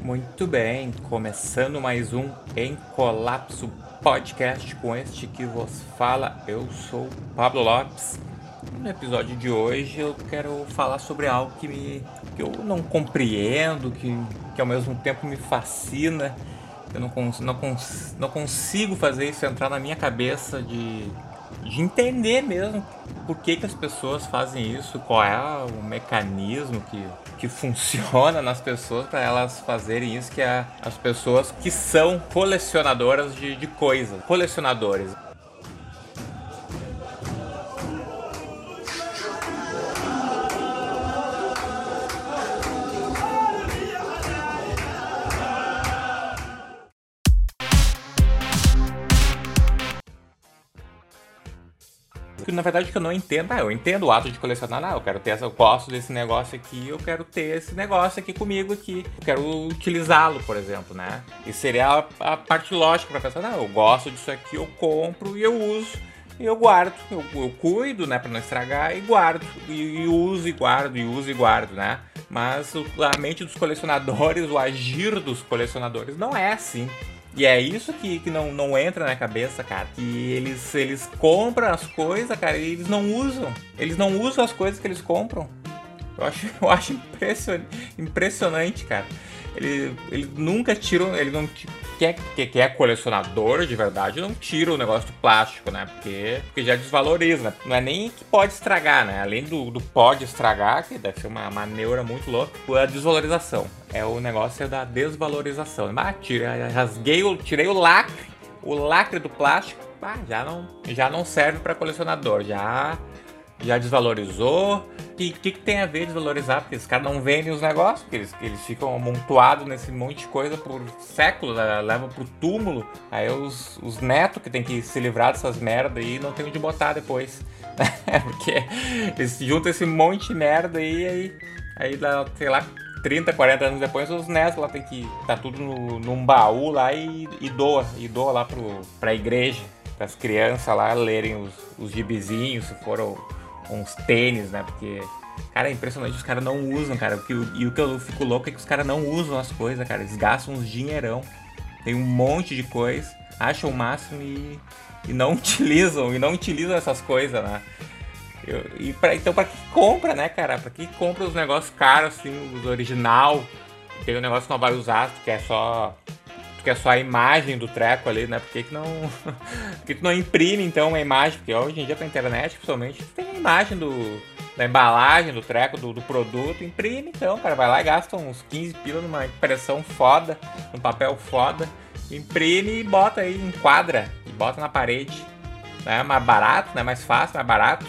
Muito bem, começando mais um Em Colapso Podcast com este que vos fala, eu sou Pablo Lopes. No episódio de hoje eu quero falar sobre algo que eu não compreendo, que ao mesmo tempo me fascina. Eu não consigo fazer isso entrar na minha cabeça de entender mesmo por que as pessoas fazem isso, qual é o mecanismo que funciona nas pessoas para elas fazerem isso, que é as pessoas que são colecionadoras de coisas, colecionadores. Na verdade, que eu não entendo. Eu entendo o ato de colecionar. Eu quero ter eu gosto desse negócio aqui, eu quero ter esse negócio aqui comigo aqui. Eu quero utilizá-lo, por exemplo, né? E seria a parte lógica para pensar, não, eu gosto disso aqui, eu compro e eu uso. E eu guardo, eu cuido, né, pra não estragar, e guardo, e uso e guardo, e uso e guardo, né? Mas a mente dos colecionadores, o agir dos colecionadores não é assim. E é isso que não entra na cabeça, cara. Que eles compram as coisas, cara, e eles não usam. Eles não usam as coisas que eles compram. Eu acho impressionante, cara. Ele nunca tira. Ele não. Que é colecionador de verdade, não tira o negócio do plástico, né? Porque já desvaloriza, né? Não é nem que pode estragar, né? Além do pode estragar, que deve ser uma neura muito louca, a desvalorização. É o negócio da desvalorização. Tirei o lacre do plástico, já não serve para colecionador, já desvalorizou. E o que tem a ver desvalorizar? Porque os caras não vendem os negócios, porque eles ficam amontoados nesse monte de coisa por séculos, né? Levam pro túmulo. Aí os netos que tem que se livrar dessas merda aí não tem onde botar depois. Porque eles juntam esse monte de merda aí sei lá, 30, 40 anos depois, os netos lá tem que tá tudo num baú lá e doa lá pra igreja, pras crianças lá lerem os gibizinhos, se foram uns tênis, né? Porque, cara, é impressionante, os caras não usam, cara. E o que eu fico louco é que os caras não usam as coisas, cara. Eles gastam uns dinheirão. Tem um monte de coisa, acham o máximo e não utilizam essas coisas, né? Então, pra que compra, né, cara? Pra que compra os negócios caros, assim, os original? Tem um negócio que não vai usar, tu quer só a imagem do treco ali, né? Por que não por que tu não imprime então uma imagem? Porque hoje em dia pra internet, principalmente, tu tem a imagem da embalagem do treco, do produto, imprime então, cara, vai lá e gasta uns 15 pila numa impressão foda, num papel foda, imprime e bota aí, enquadra e bota na parede, né? Mais barato, né? Mais fácil, mais barato.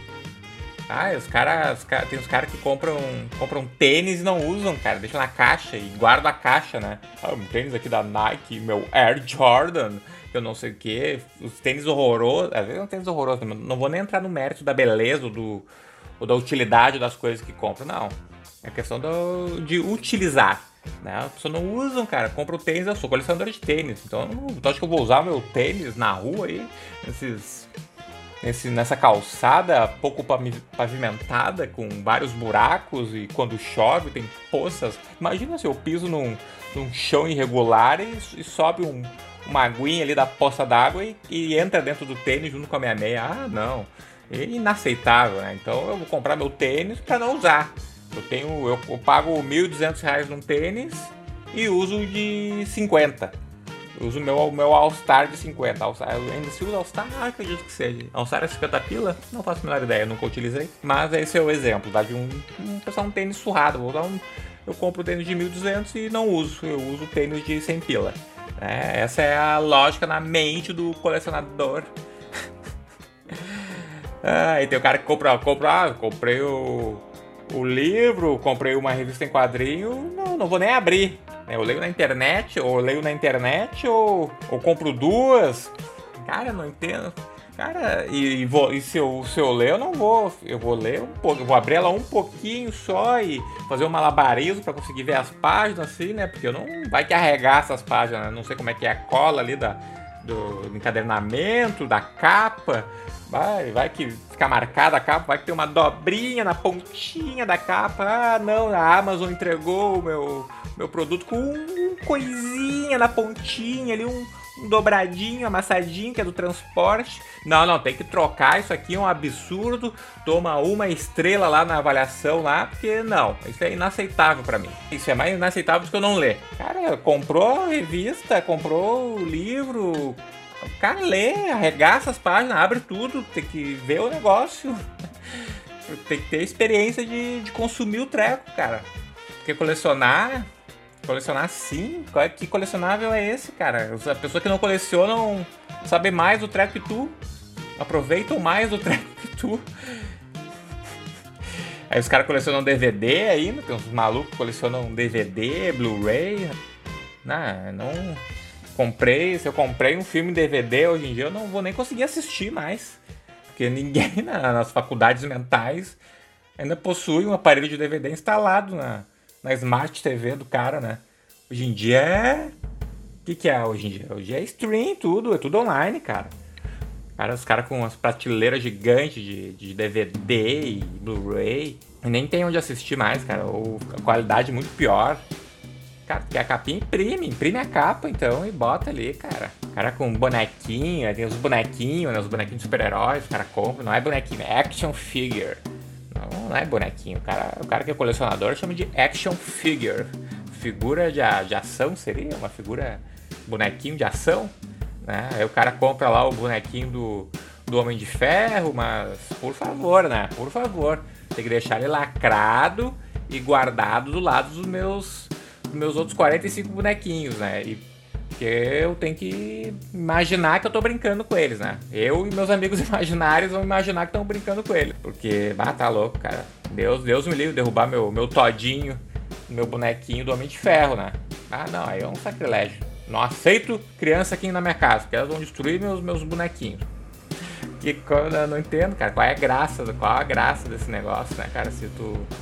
Tem os caras que compram tênis e não usam, cara. Deixam na caixa e guardam a caixa, né? Um tênis aqui da Nike, meu Air Jordan, que eu não sei o que. Os tênis horrorosos. Às vezes é um tênis horroroso, não vou nem entrar no mérito da beleza ou da utilidade das coisas que compram, não. É questão de utilizar, né? As pessoas não usam, cara. Compram tênis, eu sou colecionador de tênis. Então acho que eu vou usar meu tênis na rua aí, nessa calçada pouco pavimentada, com vários buracos, e quando chove tem poças. Imagina se eu piso num chão irregular e sobe uma aguinha ali da poça d'água e entra dentro do tênis junto com a minha meia. Ah, não. É inaceitável, né? Então eu vou comprar meu tênis para não usar. Eu pago R$ 1.200 num tênis e uso de 50. Eu uso o meu All-Star de 50. Eu ainda se usa All-Star? Acredito que seja. All-Star é 50 pila? Não faço a menor ideia, nunca utilizei. Mas esse é o exemplo, tá? De um tênis surrado. Eu compro o tênis de 1.200 e não uso. Eu uso o tênis de 100 pila. Essa é a lógica na mente do colecionador. E tem o cara que comprei o livro, comprei uma revista em quadrinho, não vou nem abrir. Eu leio na internet, ou compro duas. Cara, eu não entendo. Cara, e se eu ler, eu não vou. Eu vou ler um pouco, eu vou abrir ela um pouquinho só e fazer um malabarismo pra conseguir ver as páginas, assim, né? Porque eu não vai que arregaça essas páginas, né? Não sei como é que é a cola ali do encadernamento, da capa. Vai que fica marcada a capa, vai que tem uma dobrinha na pontinha da capa. Ah, não, a Amazon entregou o meu produto com uma coisinha na pontinha ali, um dobradinho, amassadinho, que é do transporte. Não, tem que trocar, isso aqui é um absurdo. Toma uma estrela lá na avaliação lá, porque não, isso é inaceitável pra mim. Isso é mais inaceitável do que eu não ler. Cara, comprou a revista, comprou o livro, o cara lê, arregaça as páginas, abre tudo, tem que ver o negócio. Tem que ter experiência de consumir o treco, cara. Porque colecionar sim? Que colecionável é esse, cara? A pessoa que não colecionam sabe mais do treco que tu. Aproveitam mais do treco que tu. Aí os caras colecionam DVD ainda. Tem uns malucos que colecionam DVD, Blu-ray. Não comprei. Se eu comprei um filme DVD hoje em dia, eu não vou nem conseguir assistir mais. Porque ninguém nas faculdades mentais ainda possui um aparelho de DVD instalado na Smart TV do cara, né? Hoje em dia é... O que é hoje em dia? Hoje é stream, tudo. É tudo online, cara. Os caras com umas prateleiras gigantes de DVD e Blu-ray. E nem tem onde assistir mais, cara. Ou a qualidade muito pior. Cara, porque a capinha imprime a capa, então, e bota ali, cara. O cara com bonequinho, tem os bonequinhos, né? Os bonequinhos de super-heróis, o cara compra. Não é bonequinho, é action figure. Não é bonequinho. O cara que é colecionador chama de action figure. Figura de ação seria? Uma figura... bonequinho de ação? Né? Aí o cara compra lá o bonequinho do Homem de Ferro, mas por favor, né? Por favor. Tem que deixar ele lacrado e guardado do lado dos meus outros 45 bonequinhos, né? Porque eu tenho que imaginar que eu tô brincando com eles, né? Eu e meus amigos imaginários vão imaginar que estão brincando com eles. Porque, tá louco, cara. Deus me livre derrubar meu todinho, meu bonequinho do Homem de Ferro, né? Não, aí é um sacrilégio. Não aceito criança aqui na minha casa, porque elas vão destruir meus bonequinhos. Que eu não entendo, cara, qual a graça desse negócio, né, cara? Se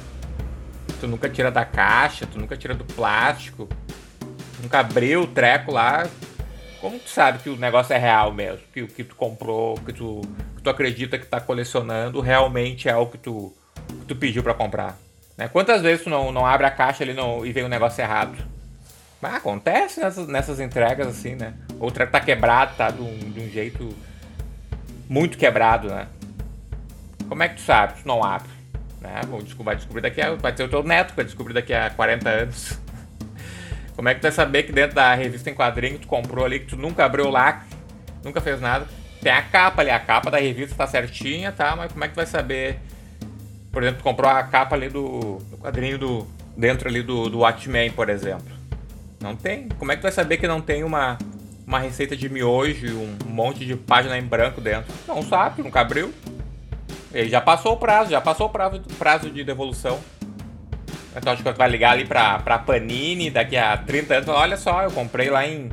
tu nunca tira da caixa, tu nunca tira do plástico, nunca abriu o treco lá, como tu sabe que o negócio é real mesmo? Que o que tu comprou, que tu acredita que tá colecionando, realmente é o que tu pediu pra comprar, né? Quantas vezes tu não abre a caixa ali e vem um negócio errado? Acontece nessas entregas assim, né? Ou o treco tá quebrado, tá de um jeito muito quebrado, né? Como é que tu sabe? Tu não abre, né? Vai descobrir vai ser o teu neto que vai descobrir daqui a 40 anos. Como é que tu vai saber que dentro da revista em quadrinho que tu comprou ali, que tu nunca abriu o lacre, nunca fez nada? Tem a capa ali, a capa da revista tá certinha, tá? Mas como é que tu vai saber? Por exemplo, tu comprou a capa ali do quadrinho dentro ali do Watchmen, por exemplo. Não tem. Como é que tu vai saber que não tem uma receita de miojo e um monte de página em branco dentro? Não sabe, nunca abriu. Ele já passou o prazo de devolução. Então acho que tu vai ligar ali pra Panini daqui a 30 anos e falar, olha só, eu comprei lá em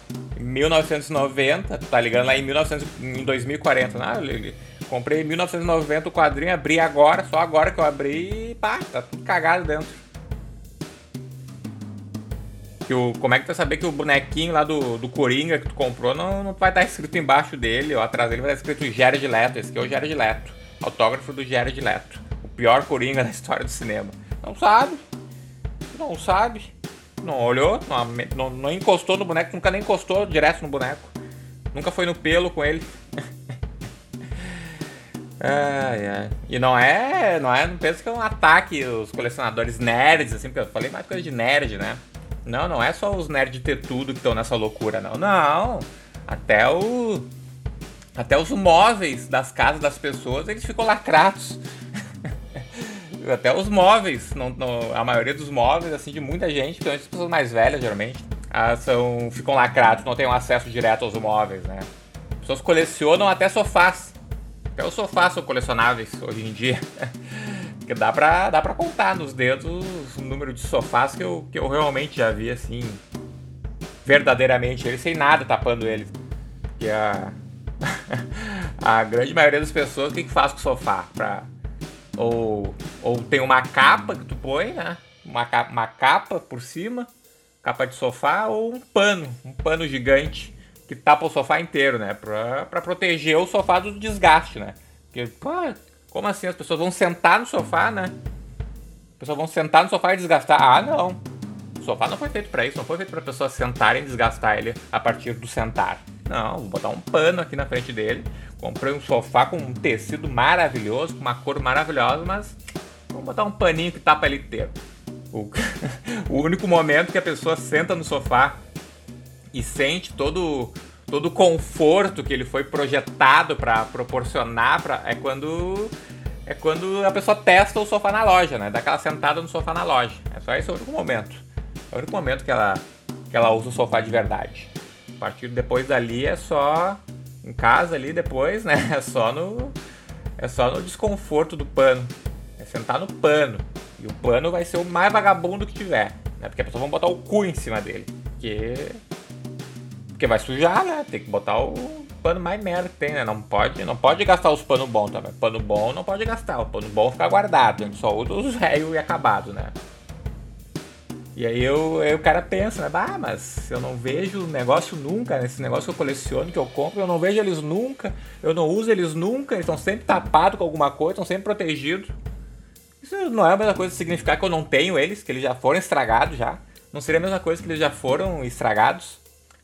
1990, tu tá ligando lá em 2040. Comprei em 1990 o quadrinho, abri agora, só agora que eu abri e tá tudo cagado dentro. Como é que tu vai saber que o bonequinho lá do Coringa que tu comprou não vai estar escrito embaixo dele ou atrás dele vai estar escrito Jared Leto? Esse aqui é o Jared Leto, autógrafo do Jared Leto, o pior Coringa da história do cinema. Não sabe, não olhou, não encostou no boneco, nunca nem encostou direto no boneco, nunca foi no pelo com ele. E não pensa que é um ataque os colecionadores nerds, assim, porque eu falei mais coisa de nerd, né? Não é só os nerds de ter tudo que estão nessa loucura, não. Até os móveis das casas das pessoas, eles ficam lacrados. Até os móveis, a maioria dos móveis, assim, de muita gente, principalmente as pessoas mais velhas, geralmente, ficam lacrados, não tem um acesso direto aos móveis, né? As pessoas colecionam até sofás. Até os sofás são colecionáveis hoje em dia. Porque dá pra contar nos dedos o número de sofás que eu realmente já vi, assim, verdadeiramente, eles sem nada tapando eles. Porque a grande maioria das pessoas, o que faz com o sofá? Ou tem uma capa que tu põe, né? Uma capa por cima, capa de sofá, ou um pano gigante que tapa o sofá inteiro, né? Pra proteger o sofá do desgaste, né? Porque, pô, como assim? As pessoas vão sentar no sofá, né? As pessoas vão sentar no sofá e desgastar. Ah, não. O sofá não foi feito pra isso. Não foi feito pra pessoas sentarem e desgastar ele a partir do sentar. Não, vou botar um pano aqui na frente dele. Comprei um sofá com um tecido maravilhoso, com uma cor maravilhosa, mas vamos botar um paninho que tapa ele inteiro. O único momento que a pessoa senta no sofá e sente todo o conforto que ele foi projetado para proporcionar é quando a pessoa testa o sofá na loja, né? Dá aquela sentada no sofá na loja. É só esse o único momento. É o único momento que ela usa o sofá de verdade. A partir depois dali é só em casa ali depois, né? É só no desconforto do pano. É sentar no pano. E o pano vai ser o mais vagabundo que tiver, né? Porque a pessoa vai botar o cu em cima dele. Porque vai sujar, né? Tem que botar o pano mais merda que tem, né? Não pode gastar os panos bons também. Pano bom não pode gastar. O pano bom fica guardado. A gente só usa os velhos e acabado, né? E aí o cara pensa, né? Ah, mas eu não vejo o negócio nunca, né? Esse negócio que eu coleciono, que eu compro, eu não vejo eles nunca. Eu não uso eles nunca. Eles estão sempre tapados com alguma coisa, estão sempre protegidos. Isso não é a mesma coisa que significar que eu não tenho eles, que eles já foram estragados já. Não seria a mesma coisa que eles já foram estragados.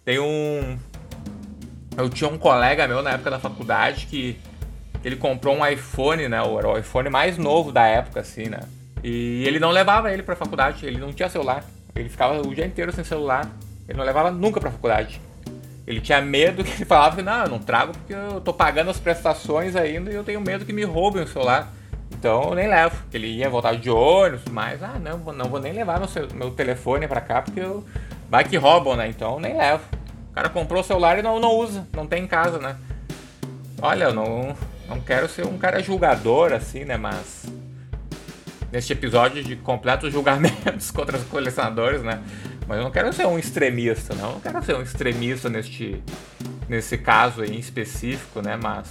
Eu tinha um colega meu na época da faculdade que ele comprou um iPhone, né? Era o iPhone mais novo da época, assim, né? E ele não levava ele pra faculdade, ele não tinha celular. Ele ficava o dia inteiro sem celular. Ele não levava nunca pra faculdade. Ele tinha medo, que ele falava que não, eu não trago porque eu tô pagando as prestações ainda e eu tenho medo que me roubem o celular. Então eu nem levo. Ele ia voltar de ônibus, mas não vou nem levar meu telefone pra cá porque vai que roubam, né? Então eu nem levo. O cara comprou o celular e não usa, não tem em casa, né? Olha, eu não quero ser um cara julgador assim, né? Mas neste episódio de completos julgamentos contra os colecionadores, né? Mas eu não quero ser um extremista, não. Eu não quero ser um extremista nesse caso aí em específico, né? Mas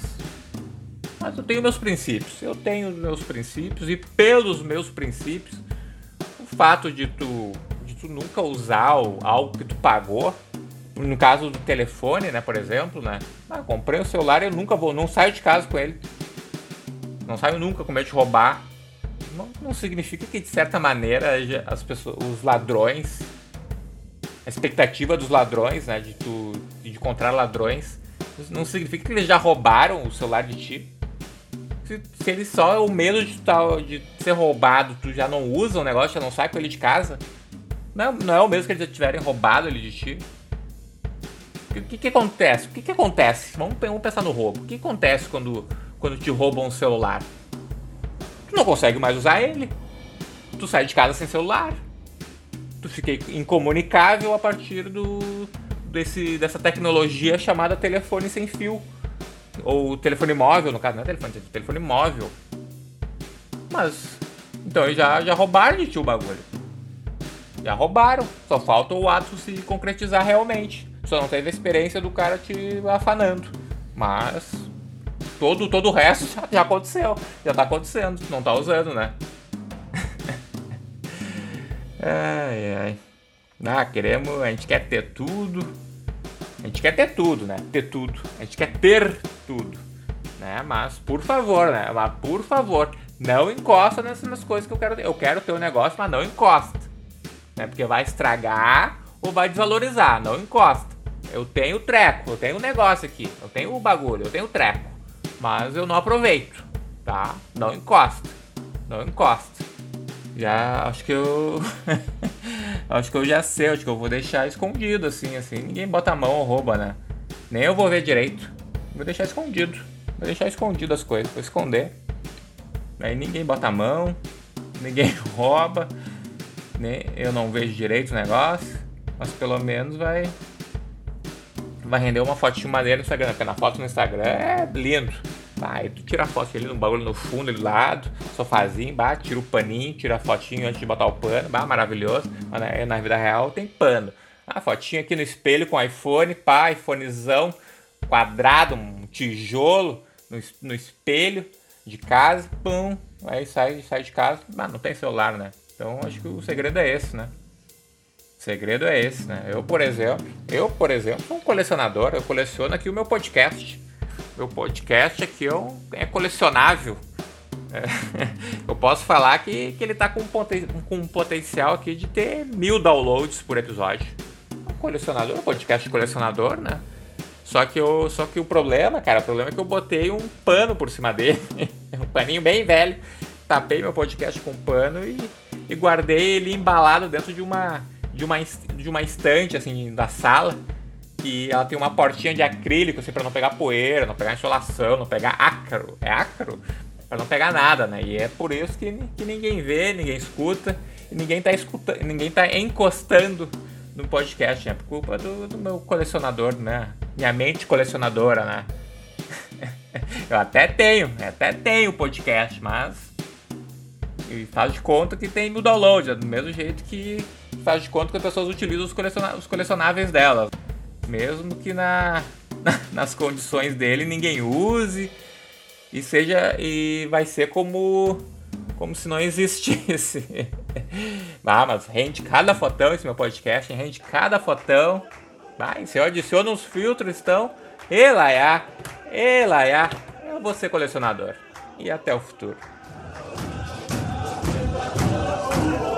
eu tenho meus princípios. Eu tenho meus princípios e pelos meus princípios, o fato de tu nunca usar algo que tu pagou, no caso do telefone, né, por exemplo, né? Comprei um celular e eu não saio de casa com ele. Não saio nunca com medo de roubar. Não significa que de certa maneira as pessoas, os ladrões, a expectativa dos ladrões, né, de encontrar ladrões, não significa que eles já roubaram o celular de ti. Se eles só o medo de ser roubado, tu já não usa o negócio, já não sai com ele de casa, não é o mesmo que eles já tiverem roubado ele de ti. O que acontece? O que acontece? Vamos pensar no roubo. O que acontece quando te roubam um celular? Tu não consegue mais usar ele. Tu sai de casa sem celular. Tu fica incomunicável a partir dessa tecnologia chamada telefone sem fio. Ou telefone móvel, no caso, não é telefone móvel. Mas, então eles já roubaram de ti o bagulho. Já roubaram. Só falta o ato se concretizar realmente. Só não teve a experiência do cara te afanando. Mas todo o resto já aconteceu. Já tá acontecendo. Não tá usando, né? Ai. A gente quer ter tudo. A gente quer ter tudo, né? Ter tudo. A gente quer ter tudo. Né? Mas, por favor, né? Mas, por favor, não encosta nessas coisas que eu quero ter. Eu quero ter um negócio, mas não encosta. Né? Porque vai estragar ou vai desvalorizar. Não encosta. Eu tenho treco, eu tenho um negócio aqui. Eu tenho o bagulho, eu tenho o treco. Mas eu não aproveito. Tá? Não encosta. Não encosta. Já, acho que eu... acho que eu já sei, acho que eu vou deixar escondido, assim, ninguém bota a mão ou rouba, né? Nem eu vou ver direito. Vou deixar escondido. Vou deixar escondido as coisas, vou esconder. Aí ninguém bota a mão, ninguém rouba, nem eu não vejo direito o negócio, mas pelo menos vai render uma fotinho maneira no Instagram, porque na foto no Instagram é lindo. Aí tu tira a foto ali no bagulho no fundo, ali do lado, sofazinho, tira o paninho, tira a fotinho antes de botar o pano, maravilhoso. Mas na vida real tem pano. A fotinho aqui no espelho com iPhone, iPhonezão, quadrado, um tijolo no espelho de casa, pum, aí sai de casa, não tem celular, né? Então acho que o segredo é esse, né? O segredo é esse, né? Eu, por exemplo, sou um colecionador. Eu coleciono aqui o meu podcast. Meu podcast aqui é colecionável. Eu posso falar que ele tá com um potencial aqui de ter 1000 downloads por episódio. Um podcast colecionador, né? Só que o problema, cara, é que eu botei um pano por cima dele. Um paninho bem velho. Tapei meu podcast com um pano e guardei ele embalado dentro de uma estante, assim, da sala. Que ela tem uma portinha de acrílico, assim, pra não pegar poeira, não pegar insolação, não pegar ácaro. É ácaro? Pra não pegar nada, né? E é por isso que ninguém vê, ninguém escuta, e ninguém tá encostando no podcast, né? Por culpa do meu colecionador, né? Minha mente colecionadora, né? Eu até tenho podcast, mas e faz de conta que tem 1000 downloads, é do mesmo jeito que faz de conta que as pessoas utilizam os colecionáveis delas. Mesmo que nas condições dele ninguém use e vai ser como se não existisse. Mas rende cada fotão esse meu podcast, rende cada fotão. Se eu adiciono uns filtros, então, elaiá, eu vou ser colecionador. E até o futuro.